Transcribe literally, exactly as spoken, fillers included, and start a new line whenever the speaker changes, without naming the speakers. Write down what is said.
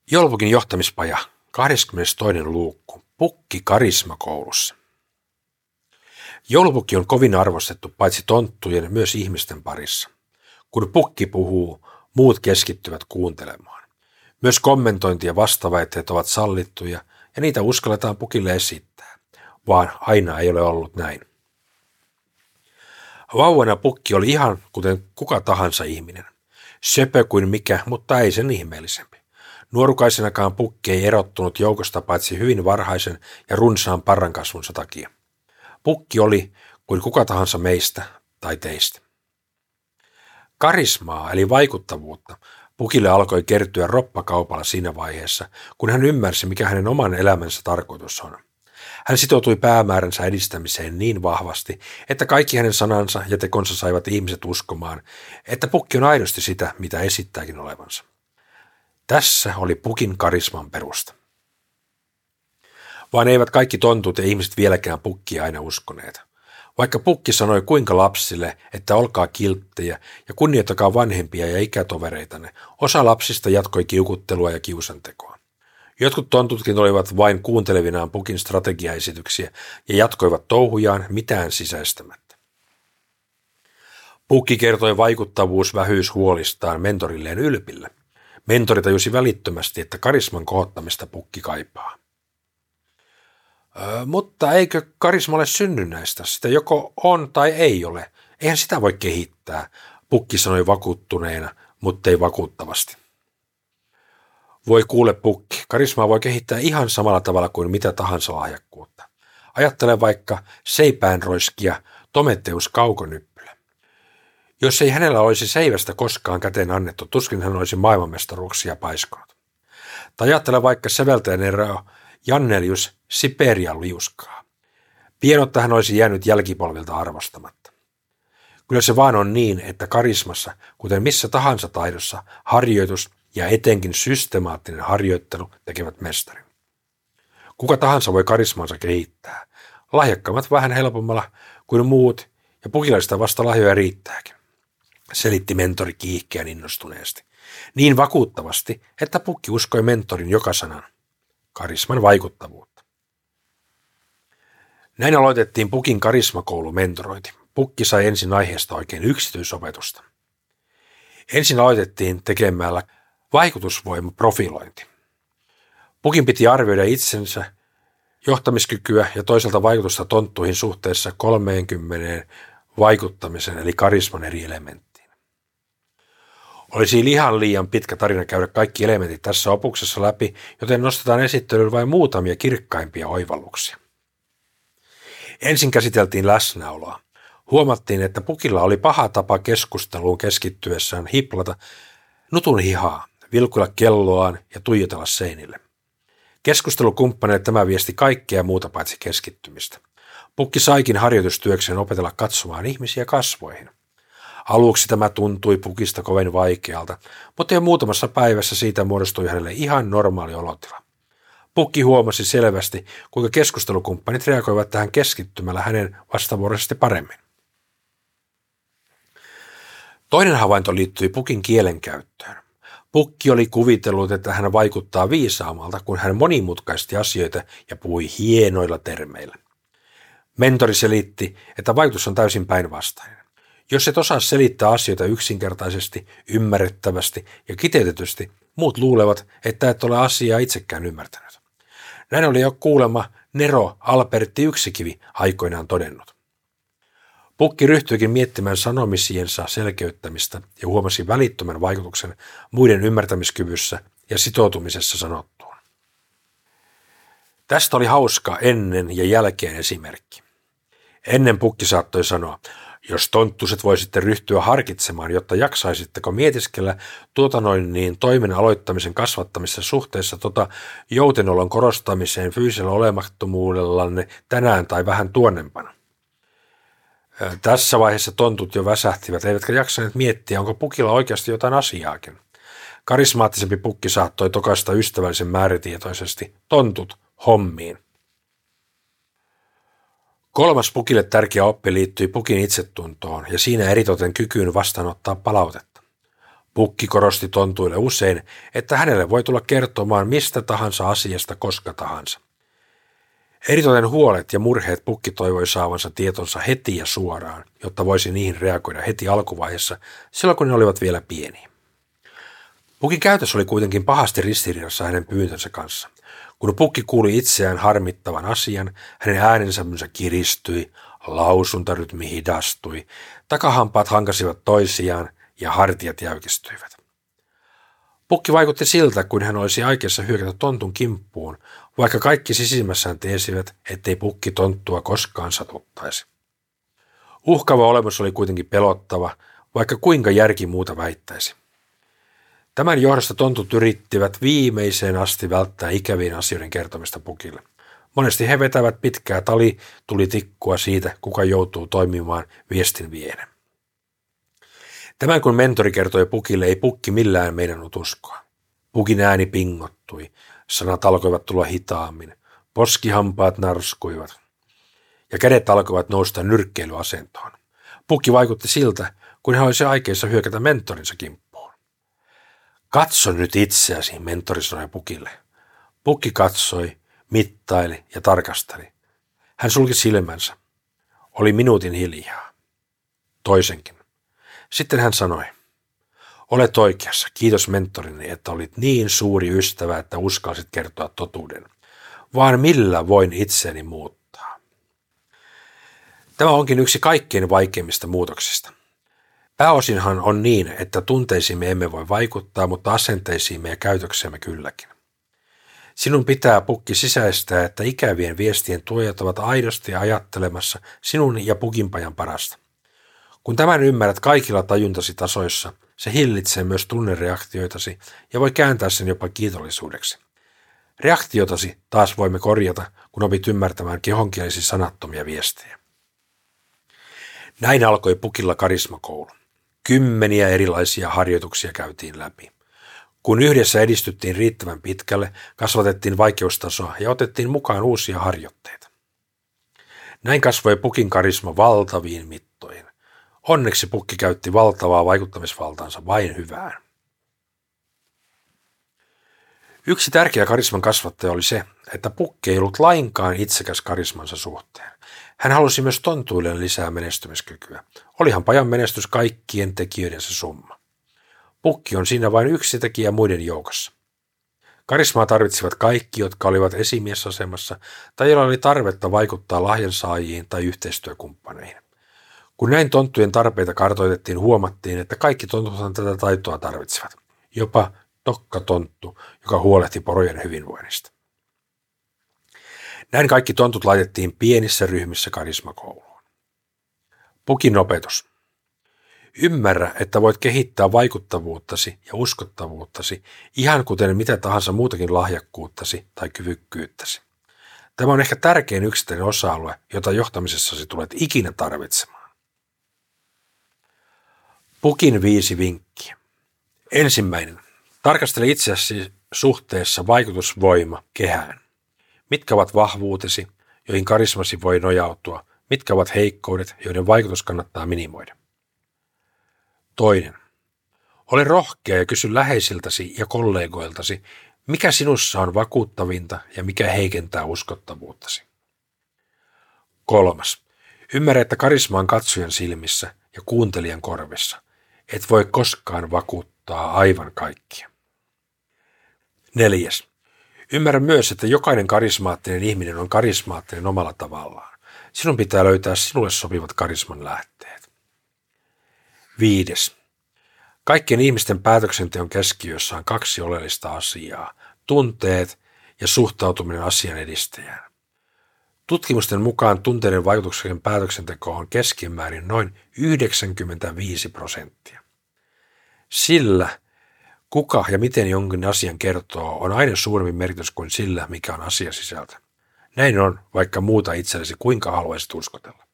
Joulupukin johtamispaja, kahdeskymmenestoinen luukku, Pukki karismakoulussa. Joulupukki on kovin arvostettu paitsi tonttujen myös ihmisten parissa. Kun Pukki puhuu, muut keskittyvät kuuntelemaan. Myös kommentointi ja vastaväitteet ovat sallittuja ja niitä uskalletaan Pukille esittää, vaan aina ei ole ollut näin. Vauvana Pukki oli ihan kuten kuka tahansa ihminen. Söpö kuin mikä, mutta ei sen ihmeellisempi. Nuorukaisenakaan Pukki ei erottunut joukosta paitsi hyvin varhaisen ja runsaan parrankasvunsa takia. Pukki oli kuin kuka tahansa meistä tai teistä. Karismaa eli vaikuttavuutta Pukille alkoi kertyä roppakaupalla siinä vaiheessa, kun hän ymmärsi, mikä hänen oman elämänsä tarkoitus on. Hän sitoutui päämääränsä edistämiseen niin vahvasti, että kaikki hänen sanansa ja tekonsa saivat ihmiset uskomaan, että Pukki on aidosti sitä, mitä esittääkin olevansa. Tässä oli Pukin karisman perusta. Vaan eivät kaikki tontut ja ihmiset vieläkään Pukkia aina uskoneet. Vaikka Pukki sanoi kuinka lapsille, että olkaa kilttejä ja kunnioittakaa vanhempia ja ikätovereitanne, osa lapsista jatkoi kiukuttelua ja kiusantekoa. Jotkut tontutkin olivat vain kuuntelevinaan Pukin strategiaesityksiä ja jatkoivat touhujaan mitään sisäistämättä. Pukki kertoi vaikuttavuusvähyyshuolistaan mentorilleen Ylpille. Mentori tajusi välittömästi, että karisman kohottamista Pukki kaipaa. Öö, mutta eikö karisma ole synnynnäistä? Sitä joko on tai ei ole. Eihän sitä voi kehittää, Pukki sanoi vakuuttuneena, mutta ei vakuuttavasti. Voi kuule Pukki, karismaa voi kehittää ihan samalla tavalla kuin mitä tahansa lahjakkuutta. Ajattele vaikka seipäänroiskia Tometeus Kaukonyppylä. Jos ei hänellä olisi seivästä koskaan käteen annettu, tuskin hän olisi maailmanmestaruuksia paiskonut. Tai ajattele vaikka säveltäjän erää Jannelius Siperian liuskaa. Pienotta hän olisi jäänyt jälkipolvilta arvostamatta. Kyllä se vaan on niin, että karismassa, kuten missä tahansa taidossa, harjoitus ja etenkin systemaattinen harjoittelu tekevät mestarin. Kuka tahansa voi karismansa kehittää. Lahjakkaammat vähän helpommalla kuin muut, ja Pukilaista vasta lahjoja riittääkin, selitti mentori kiihkeän innostuneesti. Niin vakuuttavasti, että Pukki uskoi mentorin joka sanan. Karisman vaikuttavuutta. Näin aloitettiin Pukin karismakoulu mentorointi. Pukki sai ensin aiheesta oikein yksityisopetusta. Ensin aloitettiin tekemällä vaikutusvoimaprofilointi. Pukin piti arvioida itsensä, johtamiskykyä ja toisaalta vaikutusta tonttuihin suhteessa kolmeenkymmeneen vaikuttamisen eli karisman eri elementtiin. Olisi lihan liian pitkä tarina käydä kaikki elementit tässä opuksessa läpi, joten nostetaan esittelyyn vain muutamia kirkkaimpia oivalluksia. Ensin käsiteltiin läsnäoloa. Huomattiin, että Pukilla oli paha tapa keskusteluun keskittyessään hiplata nutun hihaa, vilkuilla kelloaan ja tuijotella seinille. Keskustelukumppaneille tämä viesti kaikkea muuta paitsi keskittymistä. Pukki saikin harjoitustyökseen opetella katsomaan ihmisiä kasvoihin. Aluksi tämä tuntui Pukista kovin vaikealta, mutta jo muutamassa päivässä siitä muodostui hänelle ihan normaali olotila. Pukki huomasi selvästi, kuinka keskustelukumppanit reagoivat tähän keskittymällä hänen vastavuoroisesti paremmin. Toinen havainto liittyi Pukin kielenkäyttöön. Pukki oli kuvitellut, että hän vaikuttaa viisaammalta, kun hän monimutkaisti asioita ja puhui hienoilla termeillä. Mentori selitti, että vaikutus on täysin päinvastainen. Jos et osaa selittää asioita yksinkertaisesti, ymmärrettävästi ja kiteytetysti, muut luulevat, että et ole asiaa itsekään ymmärtänyt. Näin oli jo kuulemma Nero Alberti Yksikivi aikoinaan todennut. Pukki ryhtyikin miettimään sanomisiensa selkeyttämistä ja huomasi välittömän vaikutuksen muiden ymmärtämiskyvyssä ja sitoutumisessa sanottuun. Tästä oli hauska ennen ja jälkeen esimerkki. Ennen Pukki saattoi sanoa, jos tonttuset voisitte ryhtyä harkitsemaan, jotta jaksaisitteko mietiskellä tuota noin niin toimen aloittamisen kasvattamissa suhteessa tota joutenolon korostamiseen fyysisellä olemattomuudellanne tänään tai vähän tuonnempana. Tässä vaiheessa tontut jo väsähtivät, eivätkä jaksaneet miettiä, onko Pukilla oikeasti jotain asiaakin. Karismaattisempi Pukki saattoi tokaista ystävällisen määrätietoisesti, tontut hommiin. Kolmas Pukille tärkeä oppi liittyi Pukin itsetuntoon ja siinä eritoten kykyyn vastaanottaa palautetta. Pukki korosti tontuille usein, että hänelle voi tulla kertomaan mistä tahansa asiasta koska tahansa. Eritoten huolet ja murheet Pukki toivoi saavansa tietonsa heti ja suoraan, jotta voisi niihin reagoida heti alkuvaiheessa, silloin kun ne olivat vielä pieniä. Pukin käytös oli kuitenkin pahasti ristiriidassa hänen pyyntönsä kanssa. Kun Pukki kuuli itseään harmittavan asian, hänen äänensä kiristyi, lausuntarytmi hidastui, takahampaat hankasivat toisiaan ja hartiat jäykistyivät. Pukki vaikutti siltä, kuin hän olisi aikeessa hyökätä tontun kimppuun, vaikka kaikki sisimmässään tiesivät, ettei Pukki tonttua koskaan satuttaisi. Uhkava olemus oli kuitenkin pelottava, vaikka kuinka järki muuta väittäisi. Tämän johdosta tontut yrittivät viimeiseen asti välttää ikävien asioiden kertomista Pukille. Monesti he vetävät pitkää tali tuli tikkua siitä, kuka joutuu toimimaan viestin vienä. Tämän kun mentori kertoi Pukille, ei Pukki millään meinannut uskoa. Pukin ääni pingottui, sanat alkoivat tulla hitaammin, poskihampaat narskuivat ja kädet alkoivat nousta nyrkkeilyasentoon. Pukki vaikutti siltä, kuin hän olisi aikeissa hyökätä mentorinsa kimppuun. Katso nyt itseäsi, mentori sanoi Pukille. Pukki katsoi, mittaili ja tarkasteli. Hän sulki silmänsä. Oli minuutin hiljaa. Toisenkin. Sitten hän sanoi, olet oikeassa, kiitos mentorini, että olit niin suuri ystävä, että uskalsit kertoa totuuden. Vaan millä voin itseäni muuttaa? Tämä onkin yksi kaikkein vaikeimmista muutoksista. Pääosinhan on niin, että tunteisiimme emme voi vaikuttaa, mutta asenteisiimme ja käytöksemme kylläkin. Sinun pitää Pukki sisäistää, että ikävien viestien tuojat ovat aidosti ajattelemassa sinun ja Pukinpajan parasta. Kun tämän ymmärrät kaikilla tajuntasi tasoissa, se hillitsee myös tunnereaktioitasi ja voi kääntää sen jopa kiitollisuudeksi. Reaktiotasi taas voimme korjata, kun opit ymmärtämään kehonkielisi sanattomia viestejä. Näin alkoi Pukilla karismakoulu. Kymmeniä erilaisia harjoituksia käytiin läpi. Kun yhdessä edistyttiin riittävän pitkälle, kasvatettiin vaikeustasoa ja otettiin mukaan uusia harjoitteita. Näin kasvoi Pukin karisma valtaviin mittoihin. Onneksi Pukki käytti valtavaa vaikuttamisvaltaansa vain hyvään. Yksi tärkeä karisman kasvattaja oli se, että Pukki ei ollut lainkaan itsekäs karismansa suhteen. Hän halusi myös tontuille lisää menestymiskykyä. Olihan pajan menestys kaikkien tekijöidensä summa. Pukki on siinä vain yksi tekijä muiden joukossa. Karismaa tarvitsivat kaikki, jotka olivat esimiesasemassa tai joilla oli tarvetta vaikuttaa lahjansaajiin tai yhteistyökumppaneihin. Kun näin tonttujen tarpeita kartoitettiin, huomattiin, että kaikki tontuthan tätä taitoa tarvitsevat. Jopa tokkatonttu, joka huolehti porojen hyvinvoinnista. Näin kaikki tontut laitettiin pienissä ryhmissä karismakouluun. Pukin opetus. Ymmärrä, että voit kehittää vaikuttavuuttasi ja uskottavuuttasi ihan kuten mitä tahansa muutakin lahjakkuuttasi tai kyvykkyyttäsi. Tämä on ehkä tärkein yksittäinen osa-alue, jota johtamisessasi tulet ikinä tarvitsemaan. Pukin viisi vinkkiä. Ensimmäinen. Tarkastele itseäsi suhteessa vaikutusvoima kehään. Mitkä ovat vahvuutesi, joihin karismasi voi nojautua? Mitkä ovat heikkoudet, joiden vaikutus kannattaa minimoida? Toinen. Ole rohkea ja kysy läheisiltäsi ja kollegoiltasi, mikä sinussa on vakuuttavinta ja mikä heikentää uskottavuuttasi. Kolmas. Ymmärrä, että karisma on katsojan silmissä ja kuuntelijan korvissa. Et voi koskaan vakuuttaa aivan kaikkia. Neljäs. Ymmärrä myös, että jokainen karismaattinen ihminen on karismaattinen omalla tavallaan. Sinun pitää löytää sinulle sopivat karisman lähteet. Viides. Kaikkien ihmisten päätöksenteon keskiössä on kaksi oleellista asiaa, tunteet ja suhtautuminen asian edistäjään. Tutkimusten mukaan tunteiden vaikutuksen päätöksenteko on keskimäärin noin yhdeksänkymmentäviisi prosenttia. Sillä, kuka ja miten jonkin asian kertoo, on aina suurempi merkitys kuin sillä, mikä on asiasisältö. Näin on, vaikka muuta itsellesi kuinka haluaisit uskotella.